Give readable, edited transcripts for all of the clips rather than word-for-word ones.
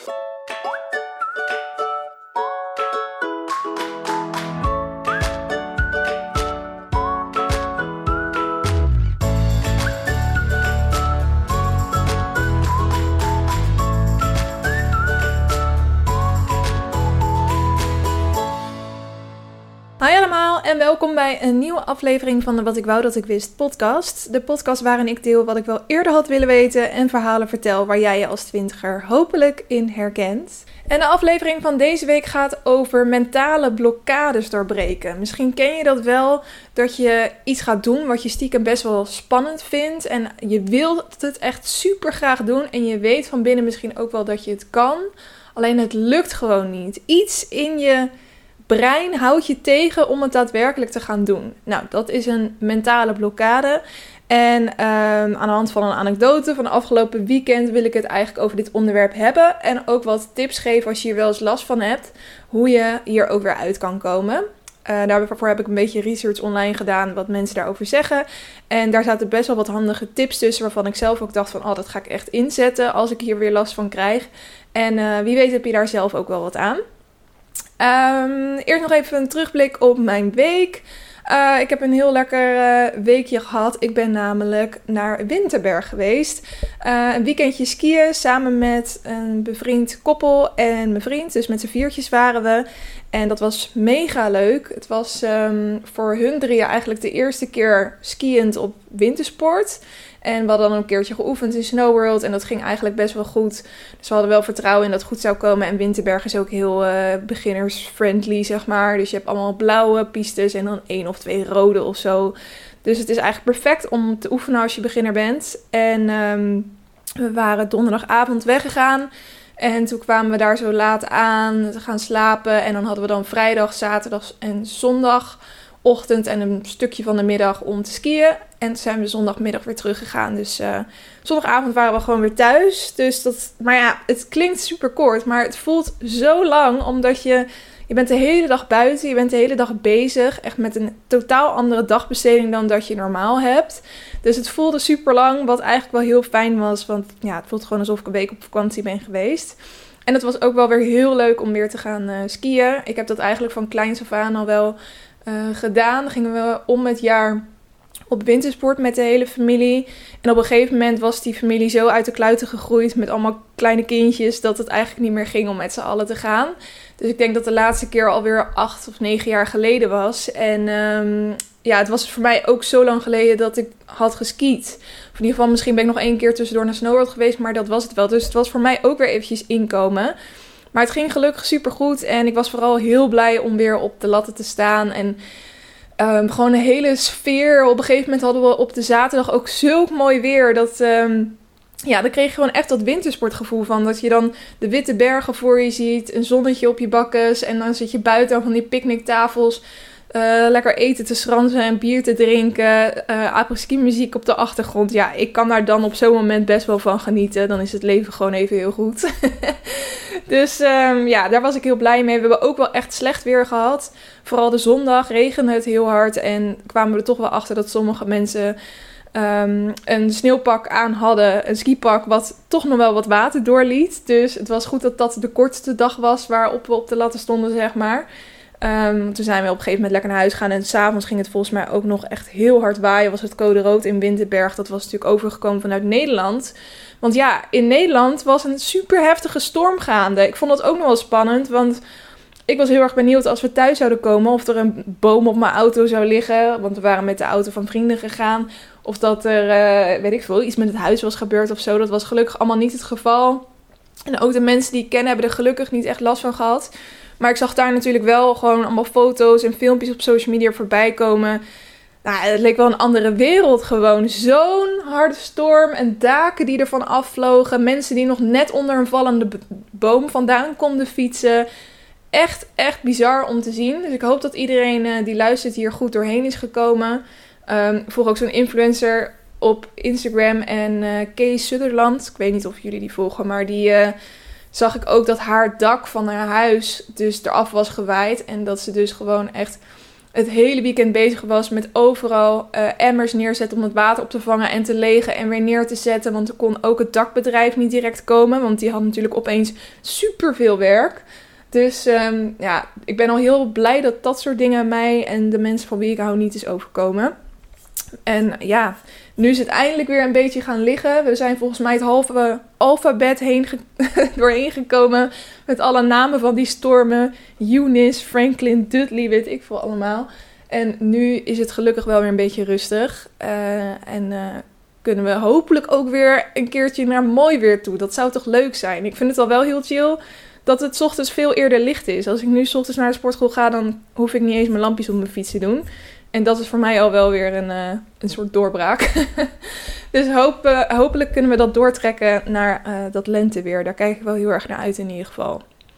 Hi allemaal en welkom bij een nieuwe aflevering van de Wat ik wou dat ik wist podcast. De podcast waarin ik deel wat ik wel eerder had willen weten en verhalen vertel waar jij je als twintiger hopelijk in herkent. En de aflevering van deze week gaat over mentale blokkades doorbreken. Misschien ken je dat wel, dat je iets gaat doen wat je stiekem best wel spannend vindt. En je wilt het echt super graag doen en je weet van binnen misschien ook wel dat je het kan. Alleen het lukt gewoon niet. Iets in je brein houdt je tegen om het daadwerkelijk te gaan doen. Nou, dat is een mentale blokkade. En aan de hand van een anekdote van afgelopen weekend wil ik het eigenlijk over dit onderwerp hebben. En ook wat tips geven als je hier wel eens last van hebt. Hoe je hier ook weer uit kan komen. Daarvoor heb ik een beetje research online gedaan wat mensen daarover zeggen. En daar zaten best wel wat handige tips tussen waarvan ik zelf ook dacht van dat ga ik echt inzetten als ik hier weer last van krijg. En wie weet heb je daar zelf ook wel wat aan. Eerst nog even een terugblik op mijn week. Ik heb een heel lekker weekje gehad. Ik ben namelijk naar Winterberg geweest. Een weekendje skiën samen met een bevriend koppel en mijn vriend. Dus met z'n viertjes waren we. En dat was mega leuk. Het was voor hun drieën eigenlijk de eerste keer skiënd op wintersport. En we hadden dan een keertje geoefend in Snow World. En dat ging eigenlijk best wel goed. Dus we hadden wel vertrouwen in dat het goed zou komen. En Winterberg is ook heel beginners-friendly, zeg maar. Dus je hebt allemaal blauwe pistes en dan 1 of 2 rode of zo. Dus het is eigenlijk perfect om te oefenen als je beginner bent. En we waren donderdagavond weggegaan. En toen kwamen we daar zo laat aan te gaan slapen. En dan hadden we dan vrijdag, zaterdag en zondagochtend en een stukje van de middag om te skiën. En toen zijn we zondagmiddag weer teruggegaan. Dus zondagavond waren we gewoon weer thuis. Maar ja, het klinkt super kort, maar het voelt zo lang. Omdat je bent de hele dag buiten, je bent de hele dag bezig. Echt met een totaal andere dagbesteding dan dat je normaal hebt. Dus het voelde super lang, wat eigenlijk wel heel fijn was. Want ja, het voelt gewoon alsof ik een week op vakantie ben geweest. En het was ook wel weer heel leuk om weer te gaan skiën. Ik heb dat eigenlijk van kleins af aan al wel gedaan. Dan gingen we om het jaar op wintersport met de hele familie. En op een gegeven moment was die familie zo uit de kluiten gegroeid met allemaal kleine kindjes dat het eigenlijk niet meer ging om met z'n allen te gaan. Dus ik denk dat de laatste keer alweer 8 of 9 jaar geleden was. En het was voor mij ook zo lang geleden dat ik had geskiet. Of in ieder geval, misschien ben ik nog 1 keer tussendoor naar Snow World geweest, maar dat was het wel. Dus het was voor mij ook weer eventjes inkomen. Maar het ging gelukkig super goed en ik was vooral heel blij om weer op de latten te staan. En gewoon een hele sfeer. Op een gegeven moment hadden we op de zaterdag ook zulk mooi weer. Dan kreeg je gewoon echt dat wintersportgevoel van. Dat je dan de witte bergen voor je ziet. Een zonnetje op je bakkes. En dan zit je buiten van die picknicktafels. Lekker eten te schransen en bier te drinken. Apres-ski muziek op de achtergrond. Ja, ik kan daar dan op zo'n moment best wel van genieten. Dan is het leven gewoon even heel goed. Dus daar was ik heel blij mee. We hebben ook wel echt slecht weer gehad. Vooral de zondag regende het heel hard. En kwamen we er toch wel achter dat sommige mensen een sneeuwpak aan hadden. Een skipak wat toch nog wel wat water doorliet. Dus het was goed dat dat de kortste dag was waarop we op de latten stonden, zeg maar. Toen zijn we op een gegeven moment lekker naar huis gegaan. En 's avonds ging het volgens mij ook nog echt heel hard waaien. Was het code rood in Winterberg. Dat was natuurlijk overgekomen vanuit Nederland. Want ja, in Nederland was een super heftige storm gaande. Ik vond dat ook nog wel spannend. Want ik was heel erg benieuwd als we thuis zouden komen. Of er een boom op mijn auto zou liggen. Want we waren met de auto van vrienden gegaan. Of dat er, iets met het huis was gebeurd of zo. Dat was gelukkig allemaal niet het geval. En ook de mensen die ik ken hebben er gelukkig niet echt last van gehad. Maar ik zag daar natuurlijk wel gewoon allemaal foto's en filmpjes op social media voorbij komen. Nou, het leek wel een andere wereld gewoon. Zo'n harde storm en daken die ervan afvlogen. Mensen die nog net onder een vallende boom vandaan konden fietsen. Echt, echt bizar om te zien. Dus ik hoop dat iedereen die luistert hier goed doorheen is gekomen. Ik volg ook zo'n influencer op Instagram en Kees Sutherland. Ik weet niet of jullie die volgen, maar die zag ik ook dat haar dak van haar huis dus eraf was gewaaid. En dat ze dus gewoon echt het hele weekend bezig was met overal emmers neerzetten om het water op te vangen en te legen en weer neer te zetten. Want er kon ook het dakbedrijf niet direct komen, want die had natuurlijk opeens superveel werk. Dus ik ben al heel blij dat dat soort dingen mij en de mensen van wie ik hou niet is overkomen. En ja, nu is het eindelijk weer een beetje gaan liggen. We zijn volgens mij het halve alfabet doorheen gekomen met alle namen van die stormen. Eunice, Franklin, Dudley, weet ik veel allemaal. En nu is het gelukkig wel weer een beetje rustig. Kunnen we hopelijk ook weer een keertje naar mooi weer toe. Dat zou toch leuk zijn? Ik vind het al wel heel chill dat het 's ochtends veel eerder licht is. Als ik nu 's ochtends naar de sportschool ga, dan hoef ik niet eens mijn lampjes op mijn fiets te doen. En dat is voor mij al wel weer een soort doorbraak. Dus hopelijk kunnen we dat doortrekken naar dat lenteweer. Daar kijk ik wel heel erg naar uit in ieder geval.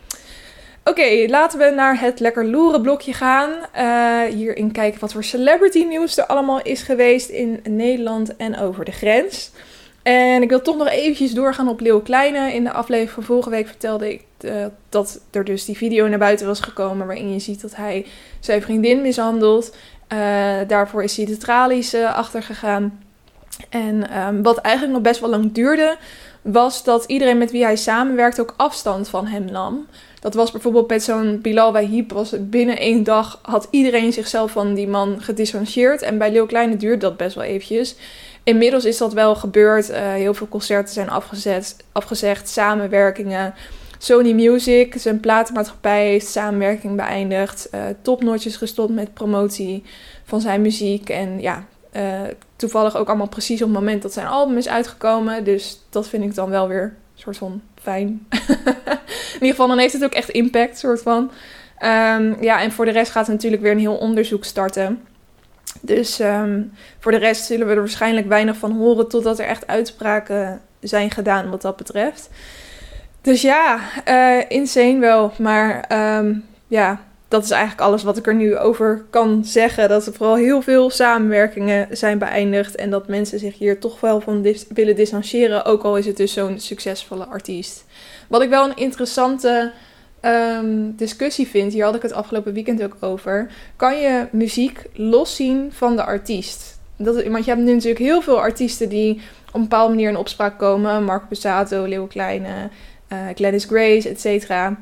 Oké, laten we naar het lekker loeren blokje gaan. Hierin kijken wat voor celebrity nieuws er allemaal is geweest in Nederland en over de grens. En ik wil toch nog eventjes doorgaan op Leeuw Kleine. In de aflevering van vorige week vertelde ik dat er dus die video naar buiten was gekomen waarin je ziet dat hij zijn vriendin mishandelt. Daarvoor is hij de tralies achter gegaan. En wat eigenlijk nog best wel lang duurde, was dat iedereen met wie hij samenwerkt ook afstand van hem nam. Dat was bijvoorbeeld met zo'n Bilal Wahib, was binnen 1 dag had iedereen zichzelf van die man gedistanceerd. En bij Leeuw Kleine duurde dat best wel eventjes. Inmiddels is dat wel gebeurd. Heel veel concerten zijn afgezegd, samenwerkingen. Sony Music, zijn platenmaatschappij, heeft samenwerking beëindigd. Topnotches gestopt met promotie van zijn muziek. En ja, toevallig ook allemaal precies op het moment dat zijn album is uitgekomen. Dus dat vind ik dan wel weer een soort van fijn. In ieder geval, dan heeft het ook echt impact, soort van. En voor de rest gaat er natuurlijk weer een heel onderzoek starten. Dus voor de rest zullen we er waarschijnlijk weinig van horen totdat er echt uitspraken zijn gedaan wat dat betreft. Dus ja, insane wel. Maar dat is eigenlijk alles wat ik er nu over kan zeggen. Dat er vooral heel veel samenwerkingen zijn beëindigd. En dat mensen zich hier toch wel van willen distancieren. Ook al is het dus zo'n succesvolle artiest. Wat ik wel een interessante discussie vind. Hier had ik het afgelopen weekend ook over. Kan je muziek loszien van de artiest? Want je hebt nu natuurlijk heel veel artiesten die op een bepaalde manier in opspraak komen. Marco Borsato, Leeuw Kleine, Gladys Grace, et cetera.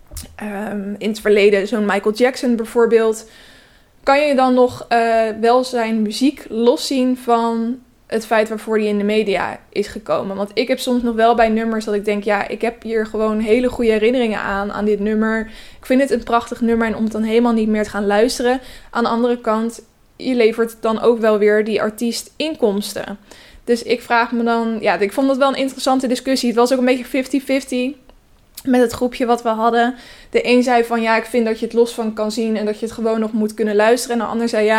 In het verleden zo'n Michael Jackson bijvoorbeeld. Kan je dan nog wel zijn muziek loszien van het feit waarvoor hij in de media is gekomen? Want ik heb soms nog wel bij nummers dat ik denk, ja, ik heb hier gewoon hele goede herinneringen aan dit nummer. Ik vind het een prachtig nummer en om het dan helemaal niet meer te gaan luisteren. Aan de andere kant, je levert dan ook wel weer die artiest inkomsten. Dus ik vraag me dan, ja, ik vond dat wel een interessante discussie. Het was ook een beetje 50-50 met het groepje wat we hadden. De een zei van, ja, ik vind dat je het los van kan zien en dat je het gewoon nog moet kunnen luisteren. En de ander zei,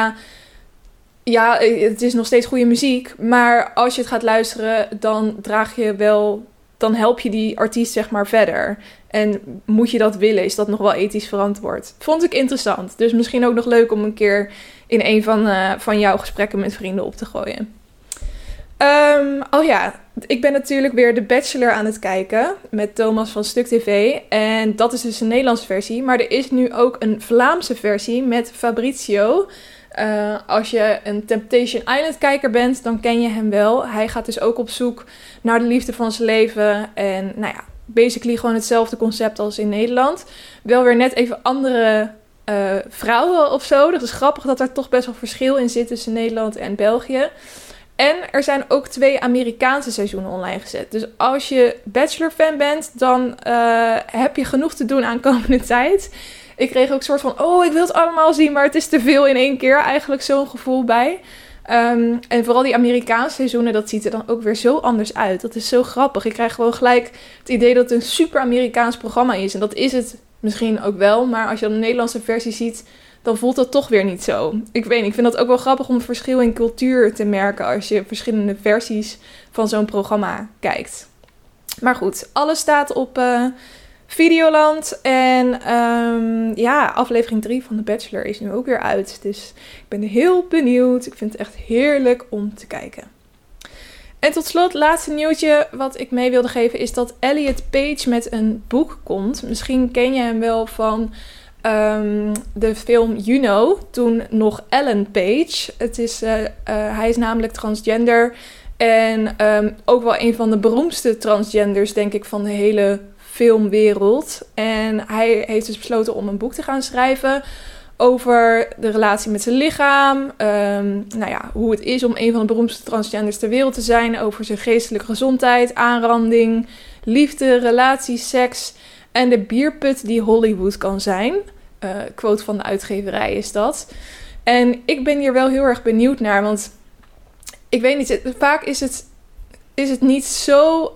ja, het is nog steeds goede muziek, maar als je het gaat luisteren, dan help je die artiest zeg maar verder. En moet je dat willen? Is dat nog wel ethisch verantwoord? Vond ik interessant. Dus misschien ook nog leuk om een keer in een van jouw gesprekken met vrienden op te gooien. Ik ben natuurlijk weer The Bachelor aan het kijken met Thomas van Stuk TV. En dat is dus een Nederlandse versie. Maar er is nu ook een Vlaamse versie met Fabrizio. Als je een Temptation Island kijker bent, dan ken je hem wel. Hij gaat dus ook op zoek naar de liefde van zijn leven. En basically gewoon hetzelfde concept als in Nederland. Wel weer net even andere vrouwen of zo. Dat is grappig dat er toch best wel verschil in zit tussen Nederland en België. En er zijn ook 2 Amerikaanse seizoenen online gezet. Dus als je Bachelor-fan bent, dan heb je genoeg te doen aan komende tijd. Ik kreeg ook een soort van, ik wil het allemaal zien, maar het is te veel in 1 keer. Eigenlijk zo'n gevoel bij. En vooral die Amerikaanse seizoenen, dat ziet er dan ook weer zo anders uit. Dat is zo grappig. Ik krijg gewoon gelijk het idee dat het een super Amerikaans programma is. En dat is het misschien ook wel. Maar als je dan de Nederlandse versie ziet, dan voelt dat toch weer niet zo. Ik weet niet, ik vind dat ook wel grappig om het verschil in cultuur te merken als je verschillende versies van zo'n programma kijkt. Maar goed, alles staat op Videoland. En aflevering 3 van The Bachelor is nu ook weer uit. Dus ik ben heel benieuwd. Ik vind het echt heerlijk om te kijken. En tot slot, laatste nieuwtje wat ik mee wilde geven is dat Elliot Page met een boek komt. Misschien ken je hem wel van de film You Know, toen nog Ellen Page. Hij is namelijk transgender en ook wel een van de beroemdste transgenders, denk ik, van de hele filmwereld. En hij heeft dus besloten om een boek te gaan schrijven over de relatie met zijn lichaam. Hoe het is om een van de beroemdste transgenders ter wereld te zijn. Over zijn geestelijke gezondheid, aanranding, liefde, relaties, seks en de bierput die Hollywood kan zijn. Quote van de uitgeverij is dat. En ik ben hier wel heel erg benieuwd naar, want ik weet niet, vaak is het niet zo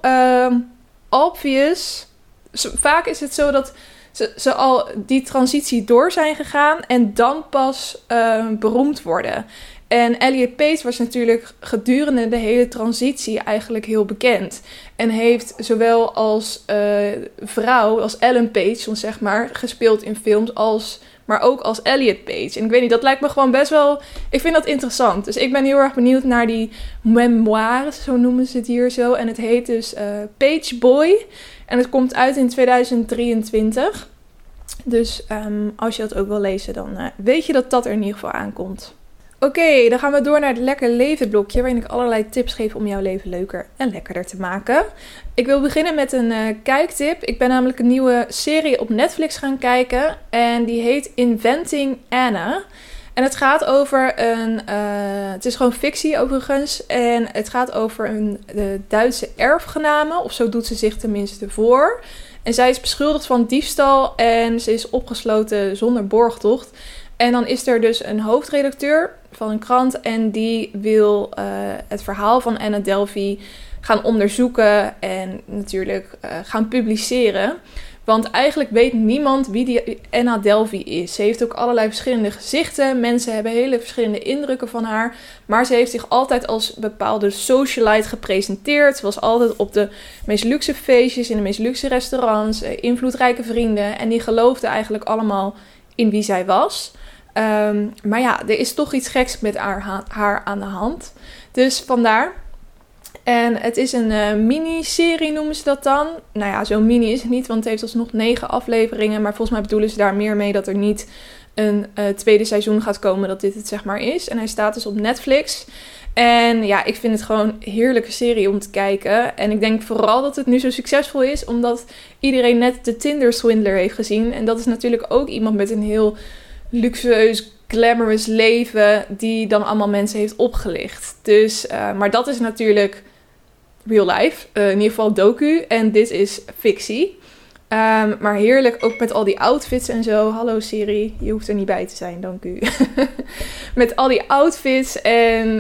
obvious. Vaak is het zo dat ze al die transitie door zijn gegaan en dan pas beroemd worden. En Elliot Page was natuurlijk gedurende de hele transitie eigenlijk heel bekend. En heeft zowel als vrouw, als Ellen Page, zeg maar, gespeeld in films maar ook als Elliot Page. En ik weet niet, dat lijkt me gewoon best wel... Ik vind dat interessant. Dus ik ben heel erg benieuwd naar die memoires, zo noemen ze het hier zo. En het heet dus Page Boy. En het komt uit in 2023. Dus als je dat ook wil lezen, dan weet je dat er in ieder geval aankomt. Oké, dan gaan we door naar het Lekker Leven blokje, waarin ik allerlei tips geef om jouw leven leuker en lekkerder te maken. Ik wil beginnen met een kijktip. Ik ben namelijk een nieuwe serie op Netflix gaan kijken en die heet Inventing Anna. En het gaat over het is gewoon fictie overigens, en het gaat over de Duitse erfgename, of zo doet ze zich tenminste voor. En zij is beschuldigd van diefstal en ze is opgesloten zonder borgtocht. En dan is er dus een hoofdredacteur van een krant en die wil het verhaal van Anna Delvey gaan onderzoeken en natuurlijk gaan publiceren. Want eigenlijk weet niemand wie die Anna Delvey is. Ze heeft ook allerlei verschillende gezichten. Mensen hebben hele verschillende indrukken van haar. Maar ze heeft zich altijd als bepaalde socialite gepresenteerd. Ze was altijd op de meest luxe feestjes, in de meest luxe restaurants, invloedrijke vrienden. En die geloofden eigenlijk allemaal in wie zij was. Maar ja, er is toch iets geks met haar aan de hand. Dus vandaar. En het is een miniserie, noemen ze dat dan. Nou ja, zo'n mini is het niet, want het heeft alsnog 9 afleveringen. Maar volgens mij bedoelen ze daar meer mee dat er niet een tweede seizoen gaat komen, dat dit het zeg maar is. En hij staat dus op Netflix. En ja, ik vind het gewoon een heerlijke serie om te kijken. En ik denk vooral dat het nu zo succesvol is, omdat iedereen net de Tinder Swindler heeft gezien. En dat is natuurlijk ook iemand met een heel luxueus, glamorous leven die dan allemaal mensen heeft opgelicht. Dus, maar dat is natuurlijk real life. In ieder geval docu. En dit is fictie. Maar heerlijk, ook met al die outfits en zo. Hallo Siri, je hoeft er niet bij te zijn, dank u. Met al die outfits. En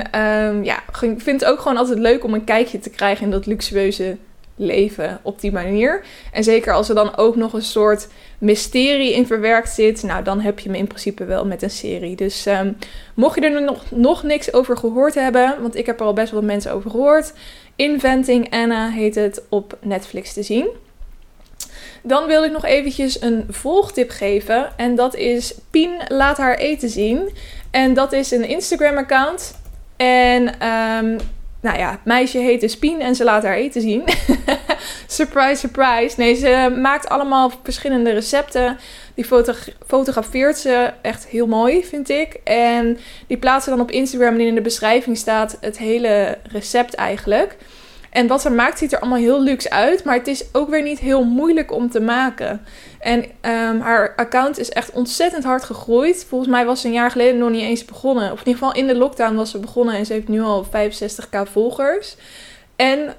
ik vind het ook gewoon altijd leuk om een kijkje te krijgen in dat luxueuze leven op die manier. En zeker als er dan ook nog een soort mysterie in verwerkt zit, nou dan heb je me in principe wel met een serie. Dus mocht je er nog niks over gehoord hebben, want ik heb er al best wel mensen over gehoord. Inventing Anna heet het op Netflix te zien. Dan wil ik nog eventjes een volgtip geven. En dat is Pien laat haar eten zien. En dat is een Instagram account. En het meisje heet dus Pien en ze laat haar eten zien. Surprise, surprise. Nee, ze maakt allemaal verschillende recepten. Die fotografeert ze echt heel mooi, vind ik. En die plaatst ze dan op Instagram en in de beschrijving staat het hele recept eigenlijk. En wat ze maakt ziet er allemaal heel luxe uit. Maar het is ook weer niet heel moeilijk om te maken. En haar account is echt ontzettend hard gegroeid. Volgens mij was ze een jaar geleden nog niet eens begonnen. Of in ieder geval in de lockdown was ze begonnen. En ze heeft nu al 65.000 volgers. En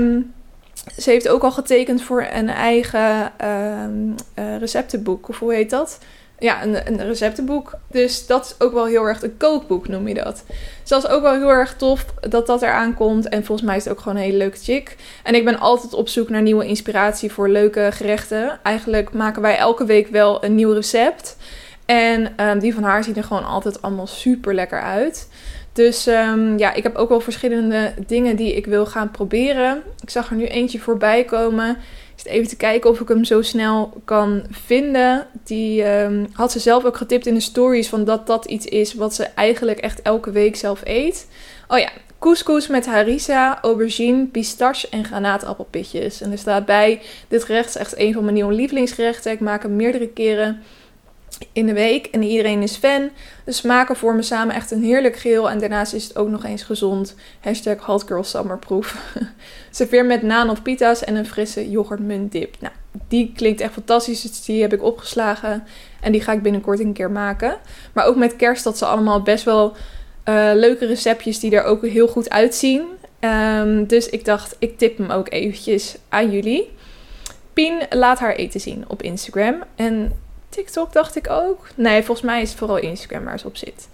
ze heeft ook al getekend voor een eigen receptenboek. Of hoe heet dat? Ja, een receptenboek. Dus dat is ook wel heel erg een kookboek, noem je dat. Dus dat is ook wel heel erg tof dat eraan komt. En volgens mij is het ook gewoon een hele leuke chick. En ik ben altijd op zoek naar nieuwe inspiratie voor leuke gerechten. Eigenlijk maken wij elke week wel een nieuw recept. En die van haar zien er gewoon altijd allemaal super lekker uit. Dus ik heb ook wel verschillende dingen die ik wil gaan proberen. Ik zag er nu eentje voorbij komen. Ik zit even te kijken of ik hem zo snel kan vinden. Die had ze zelf ook getipt in de stories van dat iets is wat ze eigenlijk echt elke week zelf eet. Oh ja, couscous met harissa, aubergine, pistache en granaatappelpitjes. En er staat bij, dit gerecht is echt een van mijn nieuwe lievelingsgerechten. Ik maak hem meerdere keren. in de week. En iedereen is fan. De smaken vormen samen echt een heerlijk geheel. En daarnaast is het ook nog eens gezond. #HotGirlSummerproof. Serveer met naan of pita's en een frisse yoghurtmuntdip. Nou, die klinkt echt fantastisch. Dus die heb ik opgeslagen. En die ga ik binnenkort een keer maken. Maar ook met kerst dat ze allemaal best wel leuke receptjes die er ook heel goed uitzien. Dus ik dacht, ik tip hem ook eventjes aan jullie. Pien laat haar eten zien op Instagram. En TikTok dacht ik ook. Nee, volgens mij is het vooral Instagram waar ze op zit.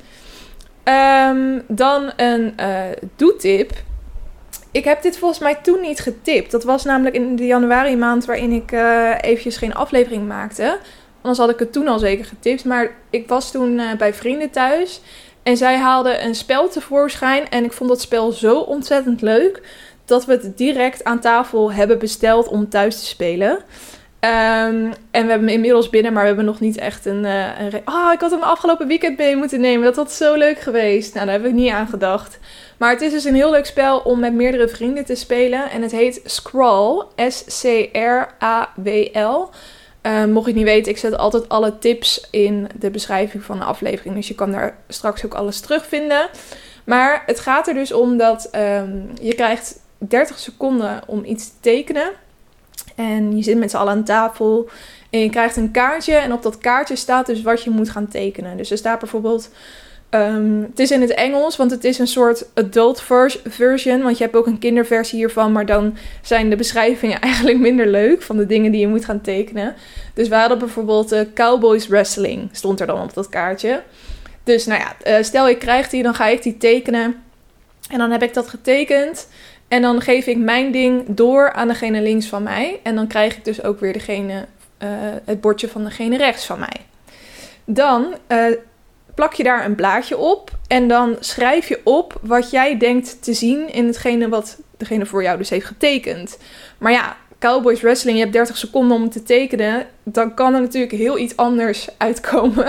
Dan een doetip. Ik heb dit volgens mij toen niet getipt. Dat was namelijk in de januari maand waarin ik eventjes geen aflevering maakte. Anders had ik het toen al zeker getipt. Maar ik was toen bij vrienden thuis. En zij haalden een spel tevoorschijn. En ik vond dat spel zo ontzettend leuk dat we het direct aan tafel hebben besteld om thuis te spelen. En we hebben hem inmiddels binnen, maar we hebben nog niet echt ik had hem afgelopen weekend mee moeten nemen. Dat was zo leuk geweest. Nou, daar heb ik niet aan gedacht. Maar het is dus een heel leuk spel om met meerdere vrienden te spelen. En het heet Scrawl. S-C-R-A-W-L. Mocht je het niet weten, ik zet altijd alle tips in de beschrijving van de aflevering. Dus je kan daar straks ook alles terugvinden. Maar het gaat er dus om dat je krijgt 30 seconden om iets te tekenen. En je zit met z'n allen aan tafel en je krijgt een kaartje. En op dat kaartje staat dus wat je moet gaan tekenen. Dus er staat bijvoorbeeld, het is in het Engels, want het is een soort adult version. Want je hebt ook een kinderversie hiervan, maar dan zijn de beschrijvingen eigenlijk minder leuk van de dingen die je moet gaan tekenen. Dus we hadden bijvoorbeeld Cowboys Wrestling, stond er dan op dat kaartje. Dus nou ja, stel ik krijg die, dan ga ik die tekenen. En dan heb ik dat getekend. En dan geef ik mijn ding door aan degene links van mij. En dan krijg ik dus ook weer het bordje van degene rechts van mij. Dan plak je daar een blaadje op. En dan schrijf je op wat jij denkt te zien in hetgene wat degene voor jou dus heeft getekend. Maar ja, Cowboys Wrestling, je hebt 30 seconden om te tekenen. Dan kan er natuurlijk heel iets anders uitkomen.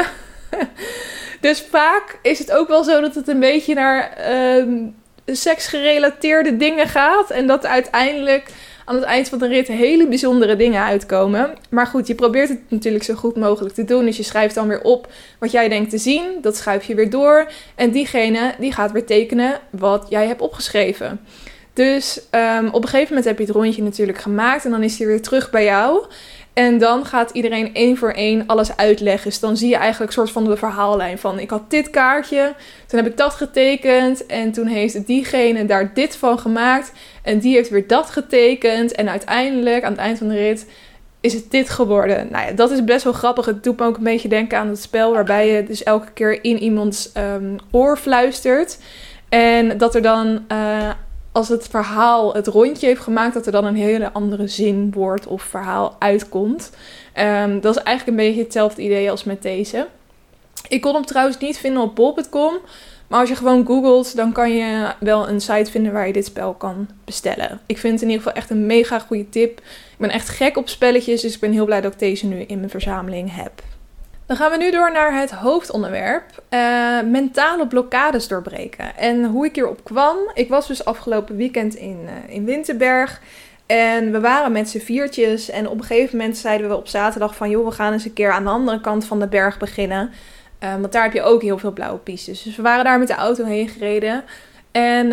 Dus vaak is het ook wel zo dat het een beetje naar seksgerelateerde dingen gaat. En dat uiteindelijk aan het eind van de rit hele bijzondere dingen uitkomen. Maar goed, je probeert het natuurlijk zo goed mogelijk te doen. Dus je schrijft dan weer op wat jij denkt te zien. Dat schuif je weer door. En diegene die gaat weer tekenen wat jij hebt opgeschreven. Dus op een gegeven moment heb je het rondje natuurlijk gemaakt. En dan is hij weer terug bij jou. En dan gaat iedereen één voor één alles uitleggen. Dus dan zie je eigenlijk een soort van de verhaallijn van... ik had dit kaartje, toen heb ik dat getekend... en toen heeft diegene daar dit van gemaakt... en die heeft weer dat getekend... en uiteindelijk, aan het eind van de rit, is het dit geworden. Nou ja, dat is best wel grappig. Het doet me ook een beetje denken aan het spel... waarbij je dus elke keer in iemands oor fluistert... en dat er dan... als het verhaal het rondje heeft gemaakt... dat er dan een hele andere zin, woord of verhaal uitkomt. Dat is eigenlijk een beetje hetzelfde idee als met deze. Ik kon hem trouwens niet vinden op bol.com. Maar als je gewoon googelt... dan kan je wel een site vinden waar je dit spel kan bestellen. Ik vind het in ieder geval echt een mega goede tip. Ik ben echt gek op spelletjes... dus ik ben heel blij dat ik deze nu in mijn verzameling heb. Dan gaan we nu door naar het hoofdonderwerp. Mentale blokkades doorbreken. En hoe ik hierop kwam. Ik was dus afgelopen weekend in Winterberg. En we waren met z'n viertjes. En op een gegeven moment zeiden we op zaterdag van... joh, we gaan eens een keer aan de andere kant van de berg beginnen. Want daar heb je ook heel veel blauwe pistes. Dus we waren daar met de auto heen gereden. En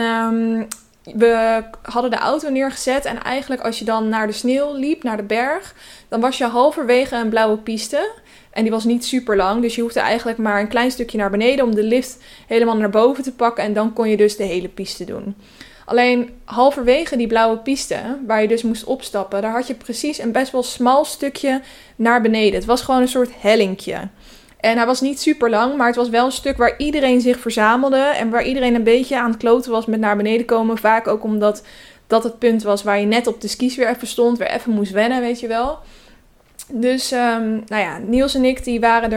we hadden de auto neergezet. En eigenlijk als je dan naar de sneeuw liep, naar de berg... dan was je halverwege een blauwe piste... En die was niet super lang, dus je hoefde eigenlijk maar een klein stukje naar beneden om de lift helemaal naar boven te pakken. En dan kon je dus de hele piste doen. Alleen halverwege die blauwe piste, waar je dus moest opstappen, daar had je precies een best wel smal stukje naar beneden. Het was gewoon een soort hellinkje. En hij was niet super lang, maar het was wel een stuk waar iedereen zich verzamelde. En waar iedereen een beetje aan het kloten was met naar beneden komen. Vaak ook omdat dat het punt was waar je net op de skis weer even stond, weer even moest wennen, weet je wel. Dus nou ja, Niels en ik die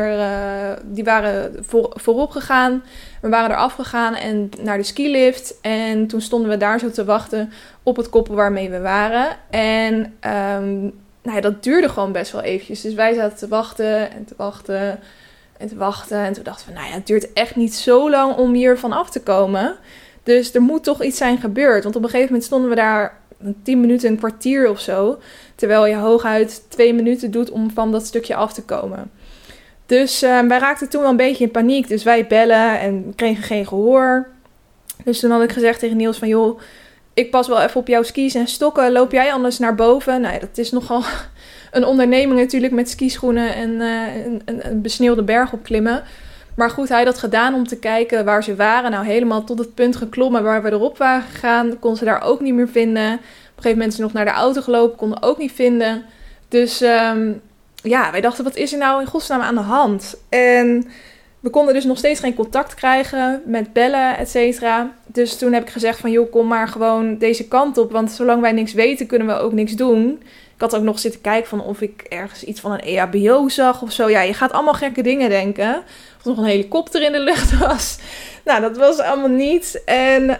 waren voorop gegaan. We waren er afgegaan en naar de skilift. En toen stonden we daar zo te wachten op het koppel waarmee we waren. En nou ja, dat duurde gewoon best wel eventjes. Dus wij zaten te wachten en te wachten en te wachten. En toen dachten we, nou ja, het duurt echt niet zo lang om hier vanaf te komen. Dus er moet toch iets zijn gebeurd. Want op een gegeven moment stonden we daar 10 minuten, een kwartier of zo. Terwijl je hooguit 2 minuten doet om van dat stukje af te komen. Dus wij raakten toen wel een beetje in paniek. Dus wij bellen en kregen geen gehoor. Dus toen had ik gezegd tegen Niels van, joh, ik pas wel even op jouw skis en stokken. Loop jij anders naar boven? Nou ja, dat is nogal een onderneming natuurlijk met skischoenen en een besneeuwde berg opklimmen. Maar goed, hij had dat gedaan om te kijken waar ze waren. Nou, helemaal tot het punt geklommen waar we erop waren gegaan. Kon ze daar ook niet meer vinden. Op een gegeven moment is ze nog naar de auto gelopen. Konden ook niet vinden. Dus wij dachten, wat is er nou in godsnaam aan de hand? En we konden dus nog steeds geen contact krijgen met bellen, et cetera. Dus toen heb ik gezegd van, joh, kom maar gewoon deze kant op. Want zolang wij niks weten, kunnen we ook niks doen. Ik had ook nog zitten kijken van of ik ergens iets van een EHBO zag of zo. Ja, je gaat allemaal gekke dingen denken. Of er nog een helikopter in de lucht was. Nou, dat was allemaal niet. En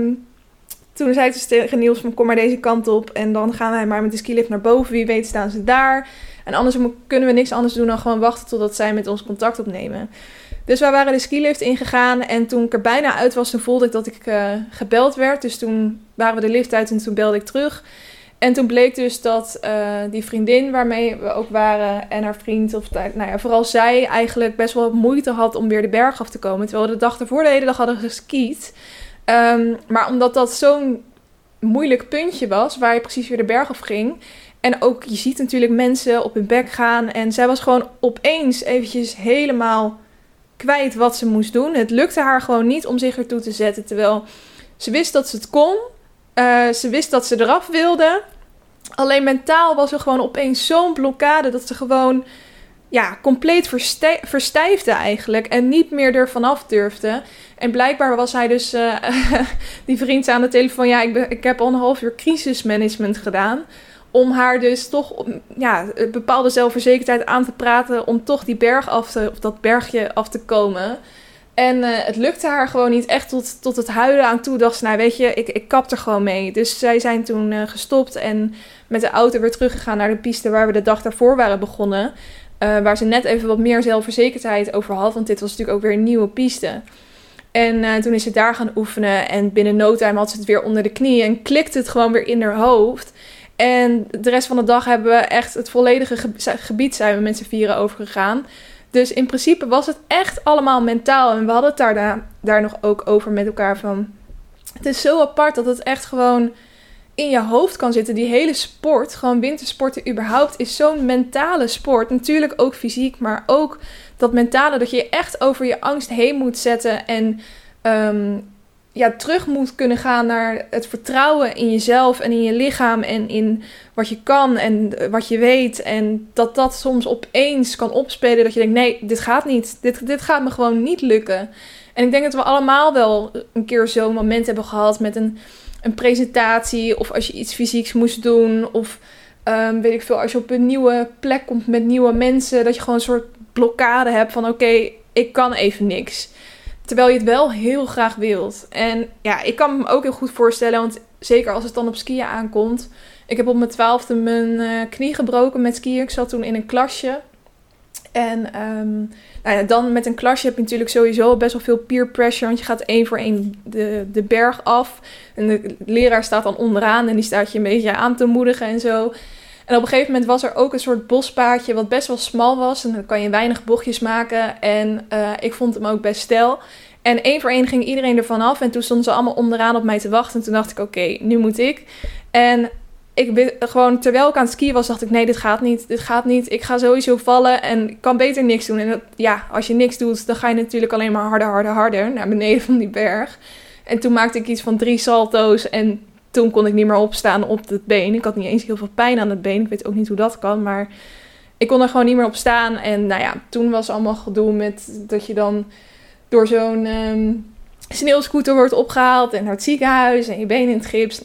toen zei ze tegen Niels van, kom maar deze kant op. En dan gaan wij maar met de skilift naar boven. Wie weet staan ze daar. En anders kunnen we niks anders doen dan gewoon wachten totdat zij met ons contact opnemen. Dus wij waren de skilift ingegaan. En toen ik er bijna uit was, toen voelde ik dat ik gebeld werd. Dus toen waren we de lift uit en toen belde ik terug. En toen bleek dus dat die vriendin waarmee we ook waren en haar vriend, vooral zij eigenlijk best wel moeite had om weer de berg af te komen. Terwijl we de dag ervoor de hele dag hadden geskiet. Maar omdat dat zo'n moeilijk puntje was, waar je precies weer de berg af ging. En ook, je ziet natuurlijk mensen op hun bek gaan. En zij was gewoon opeens eventjes helemaal kwijt wat ze moest doen. Het lukte haar gewoon niet om zich ertoe te zetten. Terwijl ze wist dat ze het kon. Ze wist dat ze eraf wilde. Alleen mentaal was er gewoon opeens zo'n blokkade dat ze gewoon compleet verstijfde eigenlijk. En niet meer er vanaf durfde. En blijkbaar was hij dus, die vriend aan de telefoon. Ja, ik heb al een half uur crisismanagement gedaan. Om haar dus toch een bepaalde zelfverzekerdheid aan te praten. Om toch die berg dat bergje af te komen. En het lukte haar gewoon niet echt tot het huilen aan toe. Dacht ze, nou weet je, ik kap er gewoon mee. Dus zij zijn toen gestopt en met de auto weer teruggegaan naar de piste waar we de dag daarvoor waren begonnen. Waar ze net even wat meer zelfverzekerdheid over had. Want dit was natuurlijk ook weer een nieuwe piste. En toen is ze daar gaan oefenen. En binnen no time had ze het weer onder de knie. En klikte het gewoon weer in haar hoofd. En de rest van de dag hebben we echt het volledige gebied zijn we met z'n vieren overgegaan. Dus in principe was het echt allemaal mentaal. En we hadden het daar nog ook over met elkaar van. Het is zo apart dat het echt gewoon in je hoofd kan zitten. Die hele sport, gewoon wintersporten überhaupt, is zo'n mentale sport. Natuurlijk ook fysiek, maar ook dat mentale. Dat je je echt over je angst heen moet zetten. En terug moet kunnen gaan naar het vertrouwen in jezelf en in je lichaam. En in wat je kan en wat je weet. En dat soms opeens kan opspelen. Dat je denkt, nee, dit gaat niet. Dit gaat me gewoon niet lukken. En ik denk dat we allemaal wel een keer zo'n moment hebben gehad met een presentatie. Of als je iets fysieks moest doen. Of weet ik veel, als je op een nieuwe plek komt met nieuwe mensen. Dat je gewoon een soort blokkade hebt van oké, ik kan even niks. Terwijl je het wel heel graag wilt. En ja, ik kan me ook heel goed voorstellen. Want zeker als het dan op skiën aankomt. Ik heb op mijn 12e mijn knie gebroken met skiën. Ik zat toen in een klasje. En dan met een klasje heb je natuurlijk sowieso best wel veel peer pressure. Want je gaat 1 voor 1 de berg af. En de leraar staat dan onderaan. En die staat je een beetje aan te moedigen en zo. En op een gegeven moment was er ook een soort bospaadje wat best wel smal was. En dan kan je weinig bochtjes maken. En ik vond hem ook best steil. En 1 voor 1 ging iedereen ervan af. En toen stonden ze allemaal onderaan op mij te wachten. En toen dacht ik, oké, nu moet ik. En gewoon terwijl ik aan het skiën was, dacht ik, nee, dit gaat niet. Dit gaat niet. Ik ga sowieso vallen en ik kan beter niks doen. En als je niks doet, dan ga je natuurlijk alleen maar harder naar beneden van die berg. En toen maakte ik iets van 3 salto's en toen kon ik niet meer opstaan op het been. Ik had niet eens heel veel pijn aan het been. Ik weet ook niet hoe dat kan, maar ik kon er gewoon niet meer op staan. En toen was allemaal gedoe met dat je dan door zo'n sneeuwscooter wordt opgehaald en naar het ziekenhuis en je been in het gips.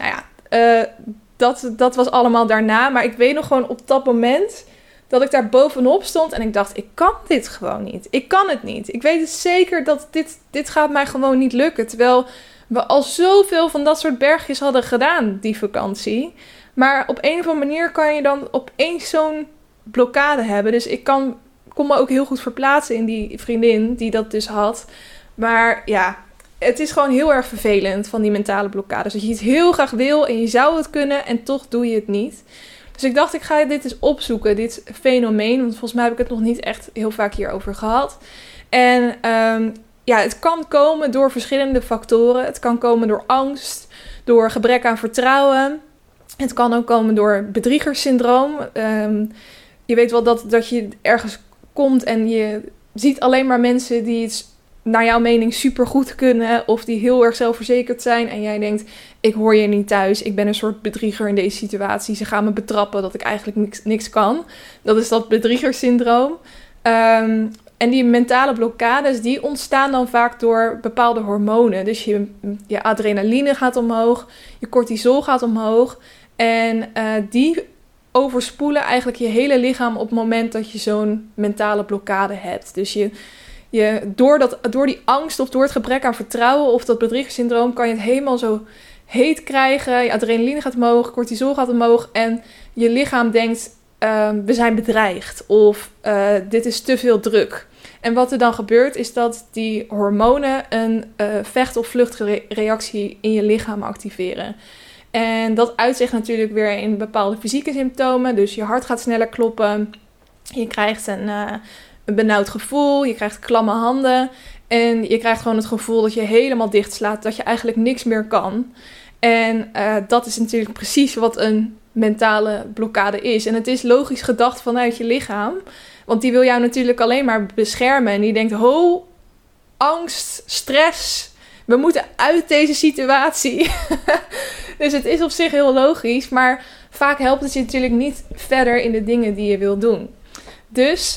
Dat was allemaal daarna. Maar ik weet nog gewoon op dat moment dat ik daar bovenop stond en ik dacht, ik kan dit gewoon niet. Ik kan het niet. Ik weet het zeker dat dit gaat mij gewoon niet lukken. Terwijl we al zoveel van dat soort bergjes hadden gedaan die vakantie. Maar op een of andere manier kan je dan opeens zo'n blokkade hebben. Dus ik kon me ook heel goed verplaatsen in die vriendin die dat dus had. Maar ja, het is gewoon heel erg vervelend van die mentale blokkades. Dat je iets heel graag wil en je zou het kunnen en toch doe je het niet. Dus ik dacht, ik ga dit eens opzoeken, dit fenomeen. Want volgens mij heb ik het nog niet echt heel vaak hierover gehad. En het kan komen door verschillende factoren. Het kan komen door angst, door gebrek aan vertrouwen. Het kan ook komen door bedriegerssyndroom. Je weet wel dat je ergens komt en je ziet alleen maar mensen die het naar jouw mening supergoed kunnen of die heel erg zelfverzekerd zijn. En jij denkt, ik hoor hier niet thuis. Ik ben een soort bedrieger in deze situatie. Ze gaan me betrappen dat ik eigenlijk niks kan. Dat is dat bedriegerssyndroom. En die mentale blokkades, die ontstaan dan vaak door bepaalde hormonen. Dus je adrenaline gaat omhoog, je cortisol gaat omhoog. En die overspoelen eigenlijk je hele lichaam op het moment dat je zo'n mentale blokkade hebt. Dus door die angst of door het gebrek aan vertrouwen of dat bedriegerssyndroom kan je het helemaal zo heet krijgen. Je adrenaline gaat omhoog, cortisol gaat omhoog en je lichaam denkt, we zijn bedreigd of dit is te veel druk. En wat er dan gebeurt is dat die hormonen een vecht- of vluchtreactie in je lichaam activeren. En dat uit zich natuurlijk weer in bepaalde fysieke symptomen. Dus je hart gaat sneller kloppen. Je krijgt een benauwd gevoel. Je krijgt klamme handen. En je krijgt gewoon het gevoel dat je helemaal dicht slaat. Dat je eigenlijk niks meer kan. En dat is natuurlijk precies wat een mentale blokkade is. En het is logisch gedacht vanuit je lichaam. Want die wil jou natuurlijk alleen maar beschermen. En die denkt, angst, stress. We moeten uit deze situatie. Dus het is op zich heel logisch. Maar vaak helpt het je natuurlijk niet verder in de dingen die je wil doen. Dus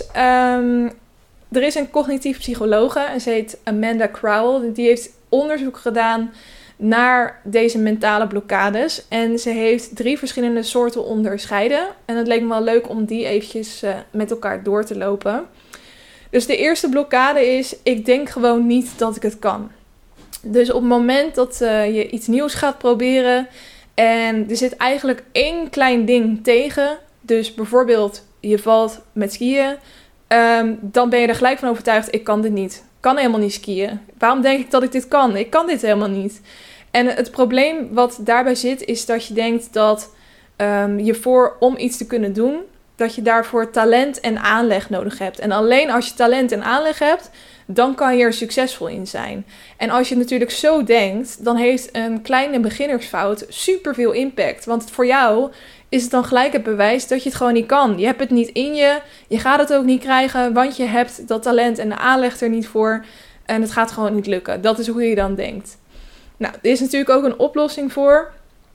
er is een cognitief psychologe. En ze heet Amanda Crowell. Die heeft onderzoek gedaan naar deze mentale blokkades. En ze heeft 3 verschillende soorten onderscheiden. En het leek me wel leuk om die eventjes met elkaar door te lopen. Dus de eerste blokkade is, ik denk gewoon niet dat ik het kan. Dus op het moment dat je iets nieuws gaat proberen en er zit eigenlijk 1 klein ding tegen. Dus bijvoorbeeld je valt met skiën. Dan ben je er gelijk van overtuigd, ik kan dit niet. Ik kan helemaal niet skiën. Waarom denk ik dat ik dit kan? Ik kan dit helemaal niet. En het probleem wat daarbij zit is dat je denkt dat om iets te kunnen doen, dat je daarvoor talent en aanleg nodig hebt. En alleen als je talent en aanleg hebt, dan kan je er succesvol in zijn. En als je natuurlijk zo denkt, dan heeft een kleine beginnersfout superveel impact. Want voor jou is het dan gelijk het bewijs dat je het gewoon niet kan. Je hebt het niet in je, je gaat het ook niet krijgen, want je hebt dat talent en de aanleg er niet voor. En het gaat gewoon niet lukken. Dat is hoe je dan denkt. Nou, er is natuurlijk ook een oplossing voor.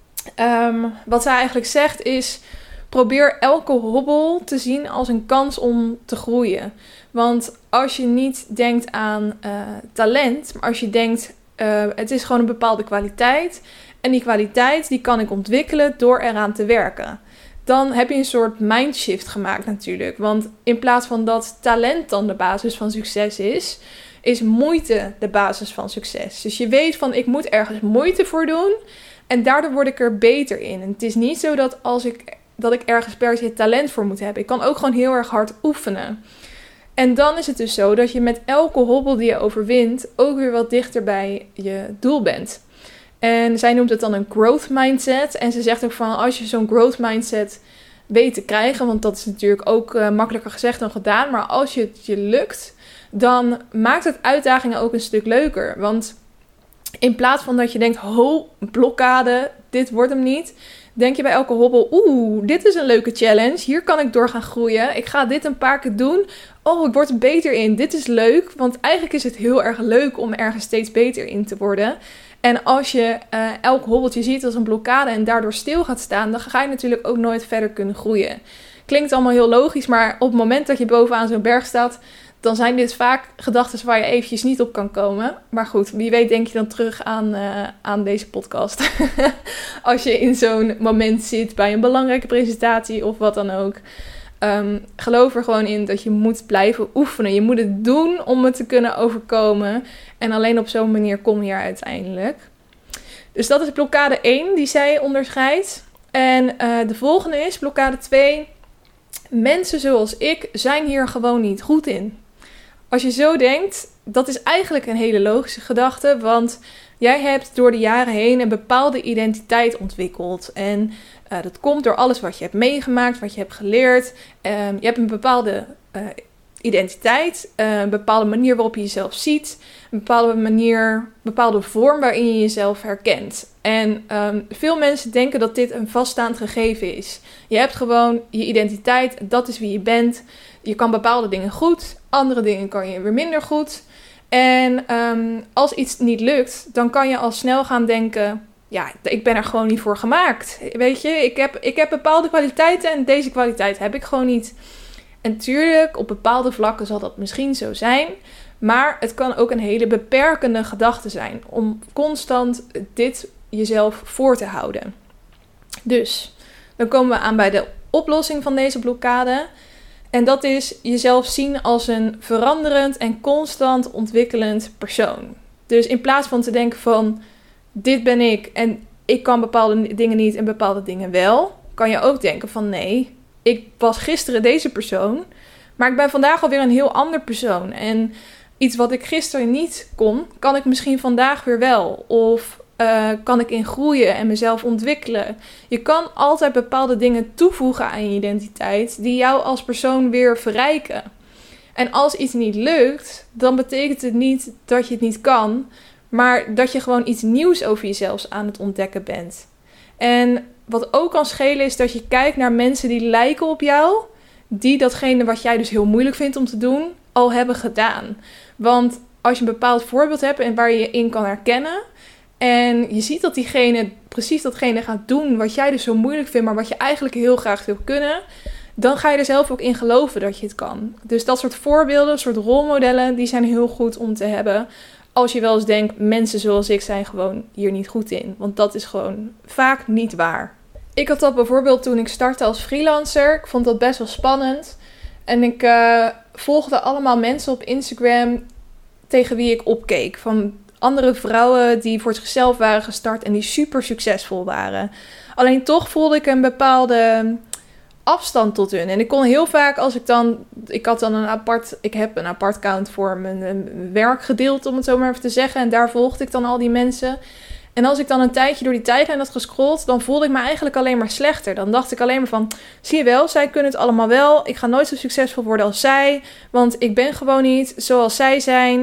Wat zij eigenlijk zegt is, probeer elke hobbel te zien als een kans om te groeien. Want als je niet denkt aan talent, maar als je denkt, het is gewoon een bepaalde kwaliteit. En die kwaliteit die kan ik ontwikkelen door eraan te werken. Dan heb je een soort mindshift gemaakt natuurlijk. Want in plaats van dat talent dan de basis van succes is moeite de basis van succes. Dus je weet van, ik moet ergens moeite voor doen. En daardoor word ik er beter in. En het is niet zo dat ik ergens per se talent voor moet hebben. Ik kan ook gewoon heel erg hard oefenen. En dan is het dus zo dat je met elke hobbel die je overwint ook weer wat dichter bij je doel bent. En zij noemt het dan een growth mindset. En ze zegt ook van, als je zo'n growth mindset weet te krijgen, want dat is natuurlijk ook makkelijker gezegd dan gedaan. Maar als het je lukt, dan maakt het uitdagingen ook een stuk leuker. Want in plaats van dat je denkt, blokkade, dit wordt hem niet, denk je bij elke hobbel, dit is een leuke challenge. Hier kan ik door gaan groeien. Ik ga dit een paar keer doen. Ik word er beter in. Dit is leuk. Want eigenlijk is het heel erg leuk om ergens steeds beter in te worden. En als je elk hobbeltje ziet als een blokkade en daardoor stil gaat staan, dan ga je natuurlijk ook nooit verder kunnen groeien. Klinkt allemaal heel logisch, maar op het moment dat je bovenaan zo'n berg staat, dan zijn dit vaak gedachten waar je eventjes niet op kan komen. Maar goed, wie weet denk je dan terug aan deze podcast. Als je in zo'n moment zit bij een belangrijke presentatie of wat dan ook. Geloof er gewoon in dat je moet blijven oefenen. Je moet het doen om het te kunnen overkomen. En alleen op zo'n manier kom je er uiteindelijk. Dus dat is blokkade 1 die zij onderscheidt. En de volgende is blokkade 2. Mensen zoals ik zijn hier gewoon niet goed in. Als je zo denkt, dat is eigenlijk een hele logische gedachte. Want Jij hebt door de jaren heen een bepaalde identiteit ontwikkeld. En dat komt door alles wat je hebt meegemaakt, wat je hebt geleerd. Je hebt een bepaalde identiteit, een bepaalde manier waarop je jezelf ziet, een bepaalde vorm waarin je jezelf herkent. En veel mensen denken dat dit een vaststaand gegeven is. Je hebt gewoon je identiteit, dat is wie je bent. Je kan bepaalde dingen goed, andere dingen kan je weer minder goed. En als iets niet lukt, dan kan je al snel gaan denken, ja, ik ben er gewoon niet voor gemaakt. Weet je, ik heb bepaalde kwaliteiten en deze kwaliteit heb ik gewoon niet. En tuurlijk, op bepaalde vlakken zal dat misschien zo zijn. Maar het kan ook een hele beperkende gedachte zijn om constant dit jezelf voor te houden. Dus, dan komen we aan bij de oplossing van deze blokkade. En dat is jezelf zien als een veranderend en constant ontwikkelend persoon. Dus in plaats van te denken van, dit ben ik en ik kan bepaalde dingen niet en bepaalde dingen wel, kan je ook denken van nee, ik was gisteren deze persoon, maar ik ben vandaag alweer een heel ander persoon. En iets wat ik gisteren niet kon, kan ik misschien vandaag weer wel. Of kan ik in groeien en mezelf ontwikkelen. Je kan altijd bepaalde dingen toevoegen aan je identiteit die jou als persoon weer verrijken. En als iets niet lukt, dan betekent het niet dat je het niet kan, maar dat je gewoon iets nieuws over jezelf aan het ontdekken bent. En wat ook kan schelen is dat je kijkt naar mensen die lijken op jou, die datgene wat jij dus heel moeilijk vindt om te doen, al hebben gedaan. Want als je een bepaald voorbeeld hebt en waar je je in kan herkennen, en je ziet dat diegene precies datgene gaat doen wat jij dus zo moeilijk vindt, maar wat je eigenlijk heel graag wil kunnen, dan ga je er zelf ook in geloven dat je het kan. Dus dat soort voorbeelden, soort rolmodellen, die zijn heel goed om te hebben. Als je wel eens denkt, mensen zoals ik zijn gewoon hier niet goed in. Want dat is gewoon vaak niet waar. Ik had dat bijvoorbeeld toen ik startte als freelancer. Ik vond dat best wel spannend. En ik volgde allemaal mensen op Instagram tegen wie ik opkeek. Van andere vrouwen die voor zichzelf waren gestart en die super succesvol waren. Alleen toch voelde ik een bepaalde afstand tot hun. En ik kon heel vaak ik heb een apart account voor mijn werkgedeelte, om het zo maar even te zeggen. En daar volgde ik dan al die mensen. En als ik dan een tijdje door die tijdlijn had gescrolld, dan voelde ik me eigenlijk alleen maar slechter. Dan dacht ik alleen maar van, zie je wel, zij kunnen het allemaal wel. Ik ga nooit zo succesvol worden als zij, want ik ben gewoon niet zoals zij zijn.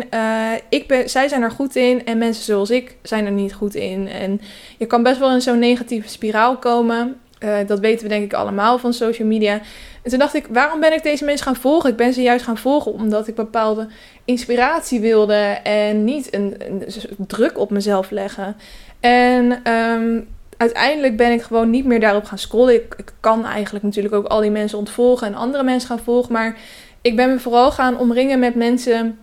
Zij zijn er goed in en mensen zoals ik zijn er niet goed in. En je kan best wel in zo'n negatieve spiraal komen. Dat weten we denk ik allemaal van social media. En toen dacht ik, waarom ben ik deze mensen gaan volgen? Ik ben ze juist gaan volgen omdat ik bepaalde inspiratie wilde en niet een druk op mezelf leggen. En uiteindelijk ben ik gewoon niet meer daarop gaan scrollen. Ik kan eigenlijk natuurlijk ook al die mensen ontvolgen en andere mensen gaan volgen. Maar ik ben me vooral gaan omringen met mensen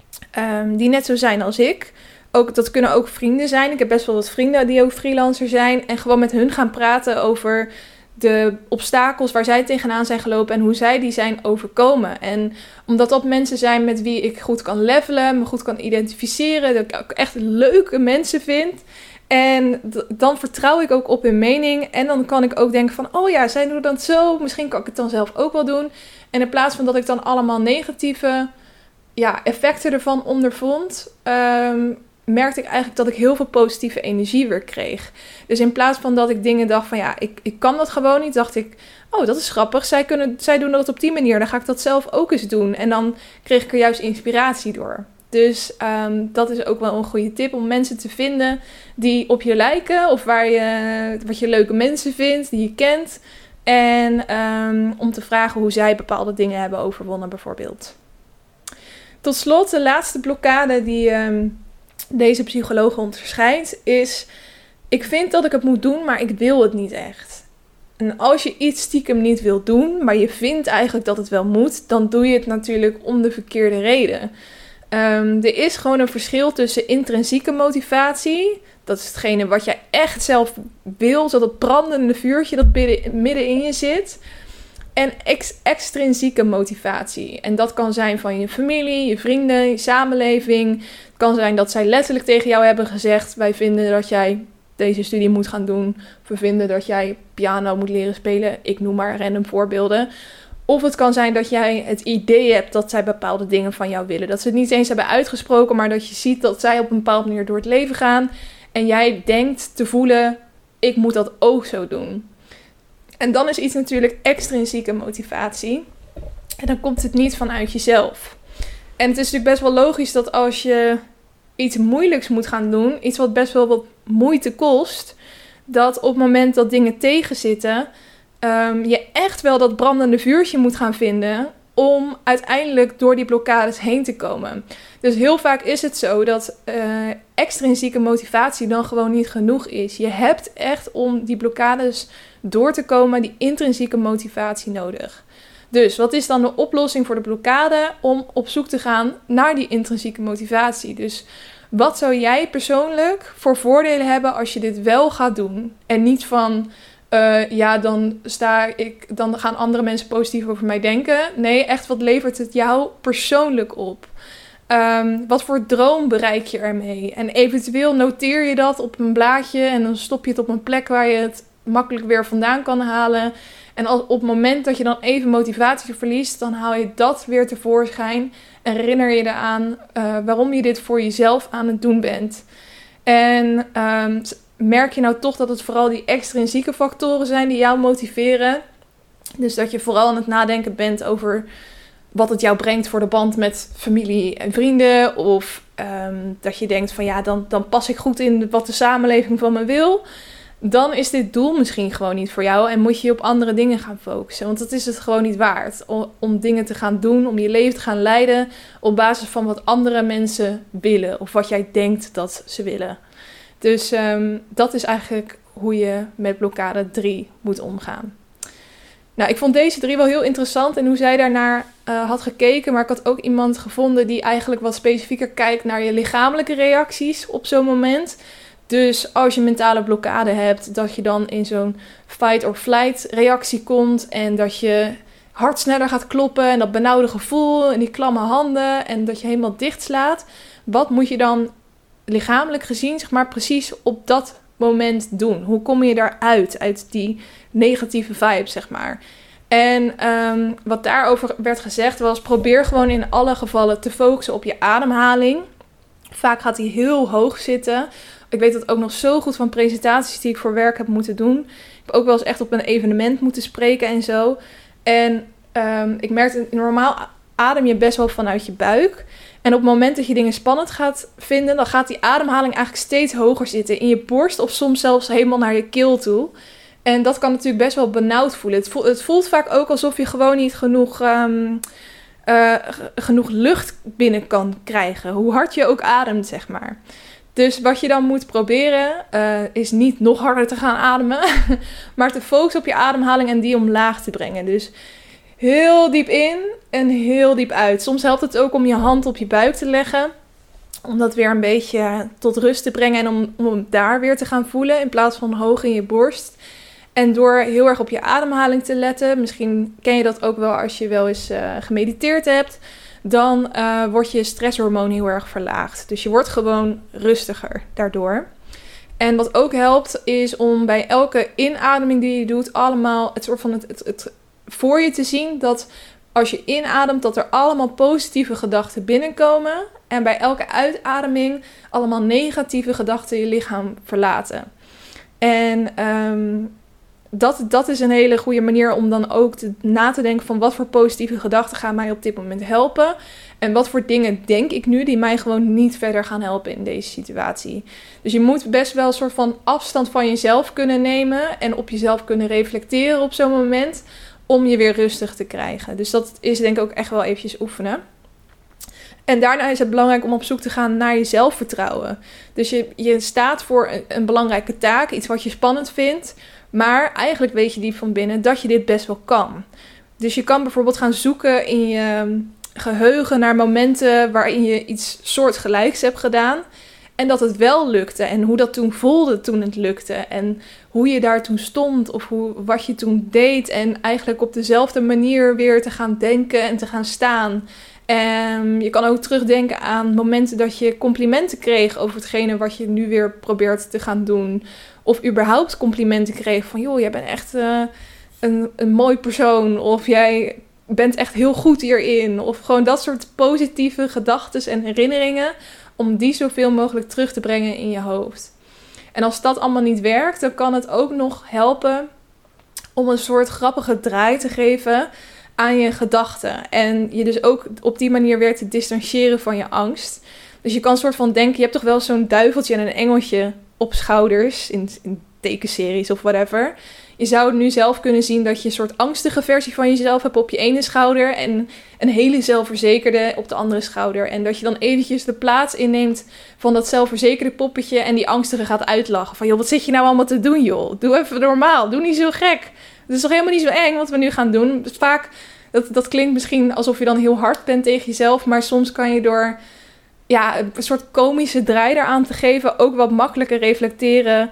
die net zo zijn als ik. Dat kunnen ook vrienden zijn. Ik heb best wel wat vrienden die ook freelancer zijn. En gewoon met hun gaan praten over de obstakels waar zij tegenaan zijn gelopen en hoe zij die zijn overkomen. En omdat dat mensen zijn met wie ik goed kan levelen, me goed kan identificeren, dat ik ook echt leuke mensen vind. En dan vertrouw ik ook op hun mening. En dan kan ik ook denken van, oh ja, zij doen dat zo. Misschien kan ik het dan zelf ook wel doen. En in plaats van dat ik dan allemaal negatieve effecten ervan ondervond, merkte ik eigenlijk dat ik heel veel positieve energie weer kreeg. Dus in plaats van dat ik dingen dacht van ik kan dat gewoon niet, dacht ik, oh, dat is grappig. Zij doen dat op die manier, dan ga ik dat zelf ook eens doen. En dan kreeg ik er juist inspiratie door. Dus dat is ook wel een goede tip om mensen te vinden die op je lijken of wat je leuke mensen vindt, die je kent. En om te vragen hoe zij bepaalde dingen hebben overwonnen bijvoorbeeld. Tot slot, de laatste blokkade die deze psycholoog onderscheidt is, ik vind dat ik het moet doen, maar ik wil het niet echt. En als je iets stiekem niet wilt doen, maar je vindt eigenlijk dat het wel moet, dan doe je het natuurlijk om de verkeerde reden. Er is gewoon een verschil tussen intrinsieke motivatie, dat is hetgene wat jij echt zelf wil, dat brandende vuurtje dat midden in je zit, en extrinsieke motivatie. En dat kan zijn van je familie, je vrienden, je samenleving. Het kan zijn dat zij letterlijk tegen jou hebben gezegd, wij vinden dat jij deze studie moet gaan doen. Of we vinden dat jij piano moet leren spelen. Ik noem maar random voorbeelden. Of het kan zijn dat jij het idee hebt dat zij bepaalde dingen van jou willen. Dat ze het niet eens hebben uitgesproken, maar dat je ziet dat zij op een bepaalde manier door het leven gaan. En jij denkt te voelen, ik moet dat ook zo doen. En dan is iets natuurlijk extrinsieke motivatie. En dan komt het niet vanuit jezelf. En het is natuurlijk best wel logisch dat als je iets moeilijks moet gaan doen, iets wat best wel wat moeite kost, dat op het moment dat dingen tegenzitten, je echt wel dat brandende vuurtje moet gaan vinden om uiteindelijk door die blokkades heen te komen. Dus heel vaak is het zo dat extrinsieke motivatie dan gewoon niet genoeg is. Je hebt echt om die blokkades door te komen die intrinsieke motivatie nodig. Dus wat is dan de oplossing voor de blokkade? Om op zoek te gaan naar die intrinsieke motivatie. Dus wat zou jij persoonlijk voor voordelen hebben als je dit wel gaat doen? En niet van, dan gaan andere mensen positief over mij denken. Nee, echt, wat levert het jou persoonlijk op? Wat voor droom bereik je ermee? En eventueel noteer je dat op een blaadje en dan stop je het op een plek waar je het makkelijk weer vandaan kan halen. En op het moment dat je dan even motivatie verliest, dan haal je dat weer tevoorschijn en herinner je eraan waarom je dit voor jezelf aan het doen bent. En merk je nou toch dat het vooral die extrinsieke factoren zijn die jou motiveren. Dus dat je vooral aan het nadenken bent over wat het jou brengt voor de band met familie en vrienden. Of dat je denkt van dan pas ik goed in wat de samenleving van me wil. Dan is dit doel misschien gewoon niet voor jou en moet je op andere dingen gaan focussen. Want dat is het gewoon niet waard om dingen te gaan doen, om je leven te gaan leiden op basis van wat andere mensen willen of wat jij denkt dat ze willen. Dus dat is eigenlijk hoe je met blokkade 3 moet omgaan. Nou, ik vond deze 3 wel heel interessant en hoe zij daarnaar had gekeken. Maar ik had ook iemand gevonden die eigenlijk wat specifieker kijkt naar je lichamelijke reacties op zo'n moment. Dus als je mentale blokkade hebt, dat je dan in zo'n fight or flight reactie komt. En dat je hart sneller gaat kloppen en dat benauwde gevoel en die klamme handen en dat je helemaal dicht slaat. Wat moet je dan lichamelijk gezien, zeg maar, precies op dat moment doen? Hoe kom je daaruit, uit die negatieve vibe, zeg maar? En wat daarover werd gezegd was, probeer gewoon in alle gevallen te focussen op je ademhaling. Vaak gaat die heel hoog zitten. Ik weet dat ook nog zo goed van presentaties die ik voor werk heb moeten doen. Ik heb ook wel eens echt op een evenement moeten spreken en zo. En ik merkte, normaal adem je best wel vanuit je buik. En op het moment dat je dingen spannend gaat vinden, dan gaat die ademhaling eigenlijk steeds hoger zitten. In je borst of soms zelfs helemaal naar je keel toe. En dat kan natuurlijk best wel benauwd voelen. Het voelt vaak ook alsof je gewoon niet genoeg lucht binnen kan krijgen. Hoe hard je ook ademt, zeg maar. Dus wat je dan moet proberen is niet nog harder te gaan ademen. Maar te focussen op je ademhaling en die omlaag te brengen. Dus heel diep in en heel diep uit. Soms helpt het ook om je hand op je buik te leggen. Om dat weer een beetje tot rust te brengen. En om hem daar weer te gaan voelen in plaats van hoog in je borst. En door heel erg op je ademhaling te letten. Misschien ken je dat ook wel als je wel eens gemediteerd hebt. Dan wordt je stresshormoon heel erg verlaagd. Dus je wordt gewoon rustiger daardoor. En wat ook helpt is om bij elke inademing die je doet allemaal het soort van het voor je te zien dat als je inademt dat er allemaal positieve gedachten binnenkomen. En bij elke uitademing allemaal negatieve gedachten je lichaam verlaten. En dat is een hele goede manier om dan ook na te denken van wat voor positieve gedachten gaan mij op dit moment helpen. En wat voor dingen denk ik nu die mij gewoon niet verder gaan helpen in deze situatie. Dus je moet best wel een soort van afstand van jezelf kunnen nemen en op jezelf kunnen reflecteren op zo'n moment om je weer rustig te krijgen. Dus dat is denk ik ook echt wel eventjes oefenen. En daarna is het belangrijk om op zoek te gaan naar je zelfvertrouwen. Dus je staat voor een belangrijke taak, iets wat je spannend vindt. Maar eigenlijk weet je diep van binnen dat je dit best wel kan. Dus je kan bijvoorbeeld gaan zoeken in je geheugen naar momenten waarin je iets soortgelijks hebt gedaan. En dat het wel lukte. En hoe dat toen voelde toen het lukte. En hoe je daar toen stond. Of wat je toen deed. En eigenlijk op dezelfde manier weer te gaan denken en te gaan staan. En je kan ook terugdenken aan momenten dat je complimenten kreeg over hetgene wat je nu weer probeert te gaan doen. Of überhaupt complimenten kreeg van, joh, jij bent echt een mooi persoon. Of jij bent echt heel goed hierin. Of gewoon dat soort positieve gedachten en herinneringen, om die zoveel mogelijk terug te brengen in je hoofd. En als dat allemaal niet werkt, dan kan het ook nog helpen om een soort grappige draai te geven aan je gedachten. En je dus ook op die manier weer te distancieren van je angst. Dus je kan een soort van denken, je hebt toch wel zo'n duiveltje en een engeltje op schouders in tekenseries of whatever. Je zou nu zelf kunnen zien dat je een soort angstige versie van jezelf hebt op je ene schouder en een hele zelfverzekerde op de andere schouder. En dat je dan eventjes de plaats inneemt van dat zelfverzekerde poppetje en die angstige gaat uitlachen. Van joh, wat zit je nou allemaal te doen joh? Doe even normaal, doe niet zo gek. Het is toch helemaal niet zo eng wat we nu gaan doen. Dus vaak, dat klinkt misschien alsof je dan heel hard bent tegen jezelf, maar soms kan je door een soort komische draai eraan te geven ook wat makkelijker reflecteren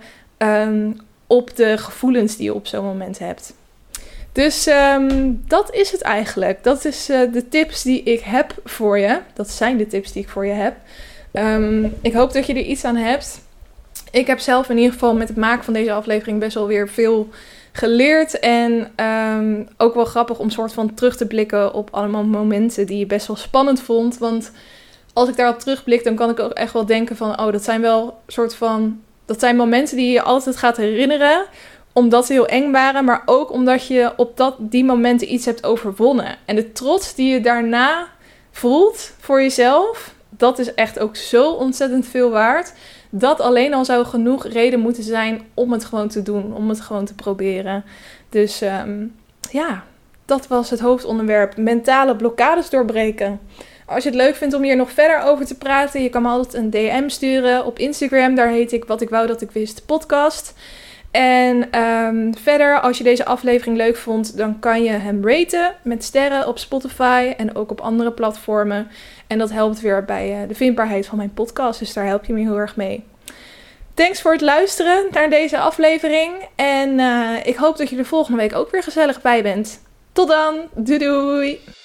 op de gevoelens die je op zo'n moment hebt. Dus dat is het eigenlijk. Dat is de tips die ik heb voor je. Dat zijn de tips die ik voor je heb. Ik hoop dat je er iets aan hebt. Ik heb zelf in ieder geval met het maken van deze aflevering best wel weer veel geleerd. En ook wel grappig om soort van terug te blikken op allemaal momenten die je best wel spannend vond. Want als ik daarop terugblik, dan kan ik ook echt wel denken van, dat zijn wel soort van, dat zijn momenten die je altijd gaat herinneren, omdat ze heel eng waren, maar ook omdat je op die momenten iets hebt overwonnen. En de trots die je daarna voelt voor jezelf, dat is echt ook zo ontzettend veel waard. Dat alleen al zou genoeg reden moeten zijn om het gewoon te doen, om het gewoon te proberen. Dus dat was het hoofdonderwerp, mentale blokkades doorbreken. Als je het leuk vindt om hier nog verder over te praten, je kan me altijd een DM sturen op Instagram. Daar heet ik Wat ik wou dat ik wist podcast. En verder, als je deze aflevering leuk vond, dan kan je hem raten met sterren op Spotify en ook op andere platformen. En dat helpt weer bij de vindbaarheid van mijn podcast, dus daar help je me heel erg mee. Thanks voor het luisteren naar deze aflevering. En ik hoop dat je er volgende week ook weer gezellig bij bent. Tot dan, doei doei!